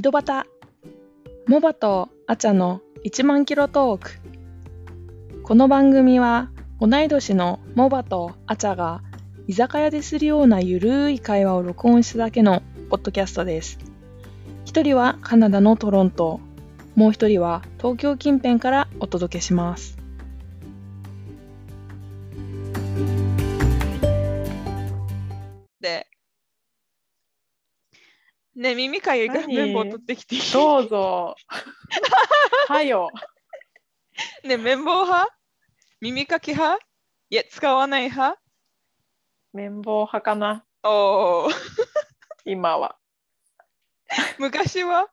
ドバタモバとアチャの1万キロトーク。この番組は同い年のモバとアチャが居酒屋でするようなゆるい会話を録音しただけのポッドキャストです。一人はカナダのトロント、もう一人は東京近辺からお届けします。でねえ、耳かゆいから綿棒取ってきていい？ どうぞ。はよ。 ねえ、綿棒派？耳かき派？いや、使わない派？ 綿棒派かな、 おー今は。 昔は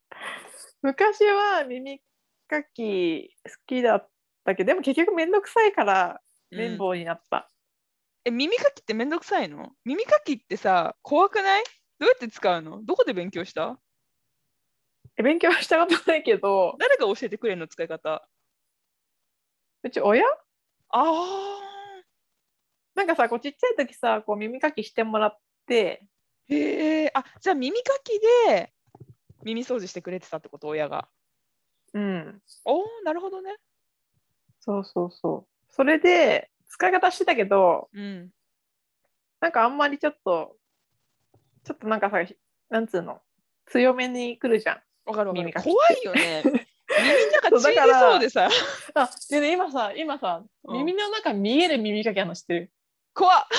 耳かき好きだったけど、でも結局めんどくさいから綿棒になった。 耳かきってめんどくさいの？耳かきってさ、怖くない？どうやって使うの？どこで勉強した？ 勉強はしたことないけど、 誰が教えてくれるの？使い方。 うち親あなんかさ、こうちっちゃい時さ、こう耳かきしてもらって、 ー、へえ、あ、じゃあ耳かきで耳掃除してくれてたってこと？親が。 うん、 おー、なるほどね。 そうそうそう。それで使い方してたけど、 うん。 なんかあんまりちょっとなんかさ、なんつうの、強めに来るじゃん。 わかるわかる。 耳かきっ怖て。 いよね。耳の中そうだか血出そうでら、 さ。 でね、今さ、 うん、 耳の中見える耳かき知ってる？ 怖っ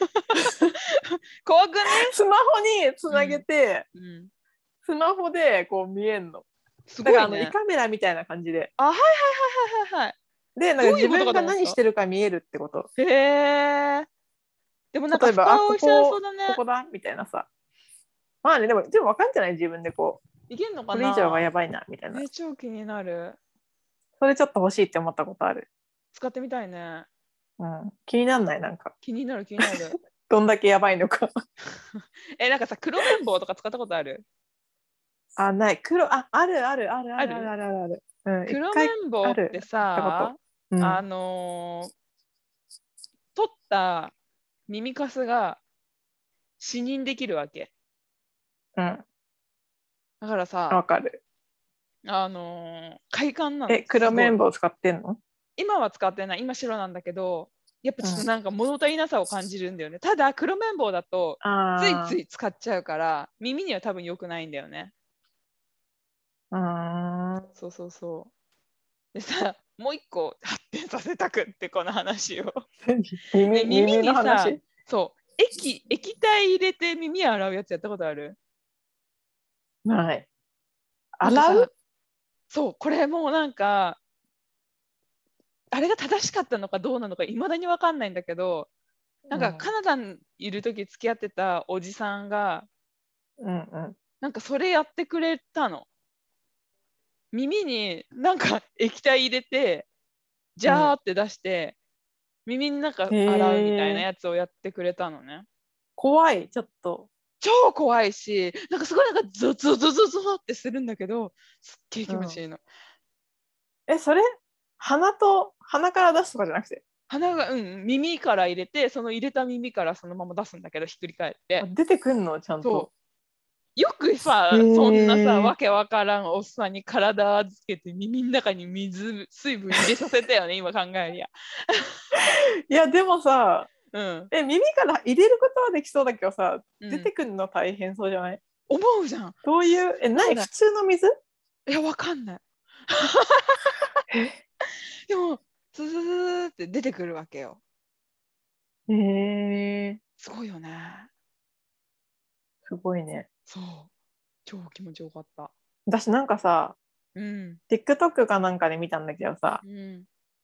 怖くね？ スマホにつなげて、 うん、 スマホでこう見えんの。 すだからごいね。 胃カメラみたいな感じで。 あ、はいはいはいはいはいはい。 で、なんか自どういうこと分が何しかと思った。 てるか見えるってこと。 へえ。でもなんか例えば、 深追いしちゃいそうだね。 ここだみたいなさ。まあね、でも分かんじゃない？自分でこう。 いけんのかこれ以上がな？ やばいな、みたいな。 超気になる。 それちょっと欲しいって思ったことある。 使ってみたいね。 うん。気になんない？なんか。 気になる気になる。 どんだけやばいのか。 なんかさ、黒綿棒とか使ったことある？ あ、ない。あるあるあるあある？ るあるあるある。うん、一黒回綿棒ってある。やったこさ、 と。うん。 取った耳かすが死認できるわけ。 うん。 だからさ、 わかる。 快感なの、す黒ごい。 綿棒使ってんの？ 今は使ってない、今白なんだけど、やっぱうん。 ちょっとなんか物足りなさを感じるんだよね。ただ、黒綿棒だと、ついつあい使っちゃうから、耳には多分良くないんだよね。 あ。 そうそうそう。でさ、もう一個発展させたくってこの話を。ね、耳耳のにさ、 話？ そう、液体入れて耳洗うやつやったことある？ ない。 なんかさ、 洗う？ そう、これもうなんか、あれが正しかったのかどうなのかいまだに分かんないんだけど、なんかカナダにいる時付き合ってたおじさんが、 うんうん。 なんかそれやってくれたの。耳になんか液体入れて、ジャーって出して、耳の中へ洗うみたいなえ。 やつをやってくれたのね。 怖い、ちょっと。 超怖いし、なんかすごいなんかゾゾゾゾゾってするんだけど、すっげえうん。 気持ちいいの。 それ鼻から出すとかじゃなくて？ 鼻が、耳から入れて、その入れた耳からそのまま出すんだけど、ひっくり返って。 出てくんのちゃんと？ そう。よくへさ、そんなさ、わえ。 けわからんおっさんに体預けて耳の中に水分入れさせたよね、今考えりゃ。 いやでもさ、 うん。 耳から入れることはできそうだけどさ、 うん。 出てくるの大変そうじゃない？ 思うじゃん。 どういう、 そうだ。 普通の水？ いや、わかんない。でも、ズズズーって出てくるわけよ。 へえ。 すごいよね。 すごいね。 そう。超気持ちよかった。 私なんかさ、 うん。 TikTok かなんかで見たんだけどさ、 うん。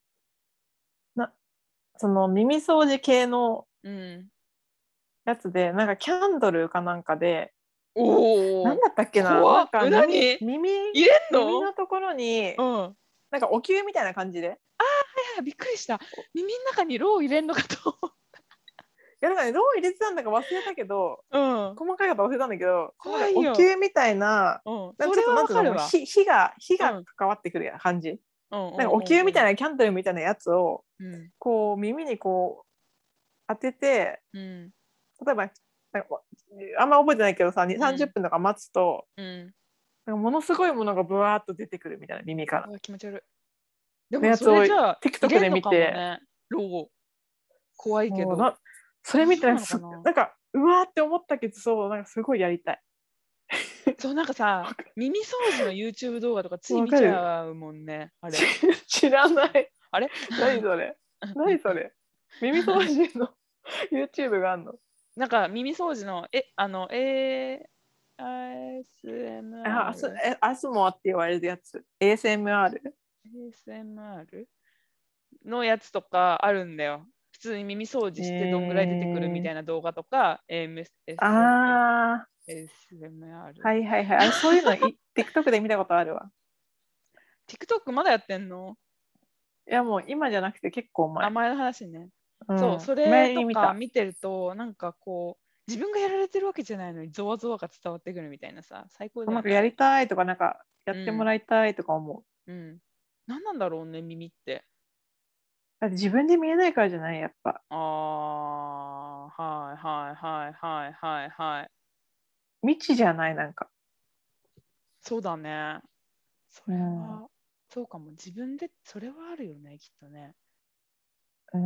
その耳掃除系のうん。 やつで、なんかキャンドルかなんかで、なんおお。 だったっけな、なん怖っ。何入れんの？ 耳のところに、 うん。はいなんかお灸みたいな感じで。 はい、びっくりした。耳の中にロー入れんのかと。 いやなんかね、どう入れてたんだか忘れたけど、 うん。 細かいこと忘れたんだけど、そのね、お怖いよ。 灸みたいな、 うん。 なんかちょっとそれはなんつうの、もうわかるわ。 火がうん。 関わってくる感じ。 うんうなんかお灸みたいんなキャンドルみたいなやつを、 うんうん。 こう耳にこう当てて、 うん。 例えば、なんかあんま覚えてないけどさ、 う 30 ん。 分とか待つと、 うん。 なんかものすごいものがブワーっと出てくるみたいな、耳からうわ気持ち悪い。でのやつをもそれじゃあ TikTok で見入れんのかもて、 ね、ロゴ。怖いけど。 それ見てそうなのかななんかうわーって思ったけど、そうなんかすごいやりたい。 そうなんかさ、耳掃除の YouTube 動画とかつい見ちゃうもんね。あれ。 知らない。 あれ何それ何それ耳掃除の YouTube があんの？ なんか耳掃除の、ASMR。 アスモアって言われるやつ。ASMR？ ASMR のやつとかあるんだよ。普通に耳掃除してどんぐらい出てくるみたいな動画とか、 あー、 ASMR。 はいはいはい。そういうのTikTok で見たことあるわ。 TikTok まだやってんの？ いやもう今じゃなくて結構前。 前の話ね。 うん、 そう、それ前に見た。 とか見てると、なんかこう、自分がやられてるわけじゃないのに、ゾワゾワが伝わってくるみたいなさ、最高だよね。 なんかやりたいとか、なんかやってもらいたいとか思う。 うん。何なんだろうね、耳って。 だって自分で見えないからじゃない、やっぱ。 はいはいはいはいはいはい。 未知じゃない、なんか。 そうだね。それは、そうかも。自分で、それはあるよね、きっとね。 うん。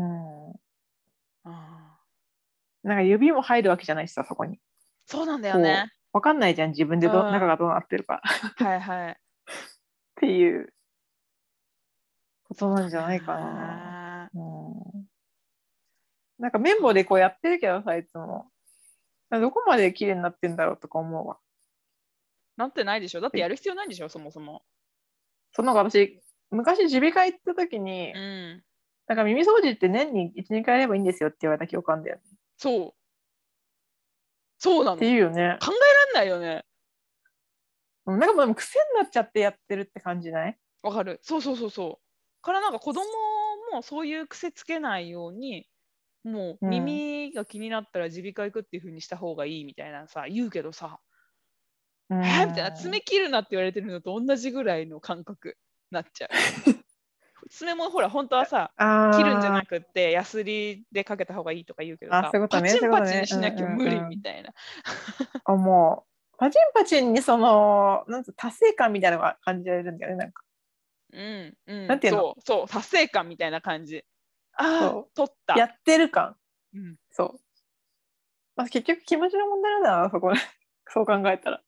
あなんか指も入るわけじゃないしさ、そこに。 そうなんだよね。 わかんないじゃん、自分で中がどうなってるか。 はいはい。 っていうことなんじゃないかそうだな。 ね。 なんか綿棒でこうやってるけどさ、いつも。どこまで綺麗になってんだろうとか思うわ。 なってないでしょ。だってやる必要ないんでしょ、そもそも。 なんか私、昔耳鼻科行った時に、なんか耳掃除って年に1、2回やればいいんですよって言われた記憶あるんだよね。 そう。そうなの。 っていうよね。 考えらんないよね。 なんかもう癖になっちゃってやってるって感じない？ わかる。そうそうそうそう。からなんか子供もそういう癖つけないように、もう耳が気になったら耳鼻科行くっていう風にした方がいいみたいなさ、言うけどさ、みたいな、爪切るなって言われてるのと同じぐらいの感覚なっちゃう。爪もほら、本当はさ、切るんじゃなくって、ヤスリでかけた方がいいとか言うけどさ、パチンパチンしなきゃ無理みたいな。 もう、パチンパチンになんて達成感みたいなのが感じられるんだよね、なんか。 なんていうの？そう、達成感みたいな感じ。取った。 やってる感。そう。まあ、結局気持ちの問題なんだな、そこ。そう考えたら。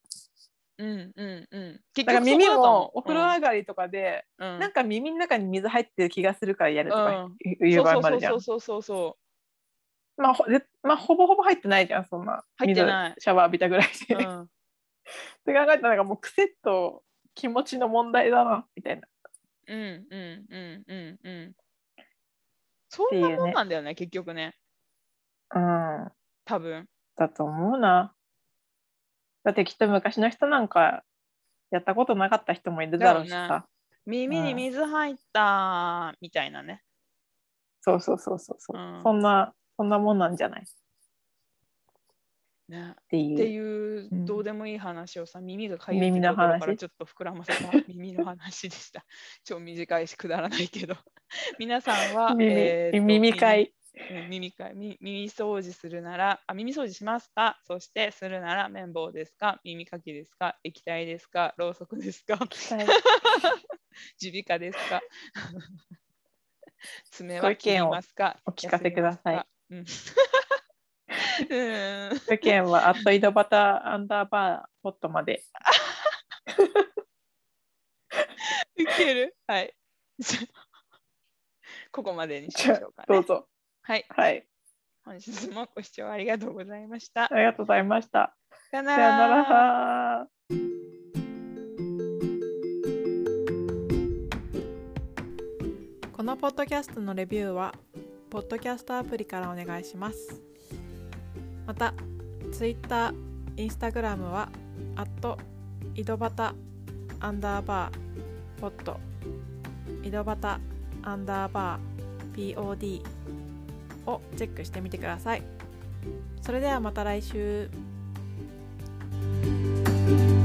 だから耳もお風呂上がりとかで、なんか耳の中に水入ってる気がするからやるとかいう場合もあるじゃん。まあほぼほぼ入ってないじゃん、そんな水シャワー浴びたぐらいで。って考えたらなんかもう癖と気持ちの問題だなみたいな。 そんなもんなんだよね、結局ね。多分。 だと思うな。だってきっと昔の人なんかやったことなかった人もいるだろうしさ。 耳に水入ったみたいなね。 そう。そんなもんなんじゃない？ ね、っていうどうでもいい話をさ、耳がかゆいってところからちょっと膨らませた耳の話でした。超短いしくだらないけど皆さんは耳かい耳掃除するなら耳掃除しますか？そしてするなら綿棒ですか？耳かきですか？液体ですか？ろうそくですか？耳鼻科ですか？爪は切りますか？ お聞かせください。 意見は井戸端_ポットまで。 ウケる。はい。ここまでにしましょうかね。 どうぞ。 はい。本日もご視聴ありがとうございました。 ありがとうございました。 さよなら。 このポッドキャストのレビューはポッドキャストアプリからお願いします。また、Twitter、Instagram は井戸端_ポッド、井戸端_pod をチェックしてみてください。それではまた来週。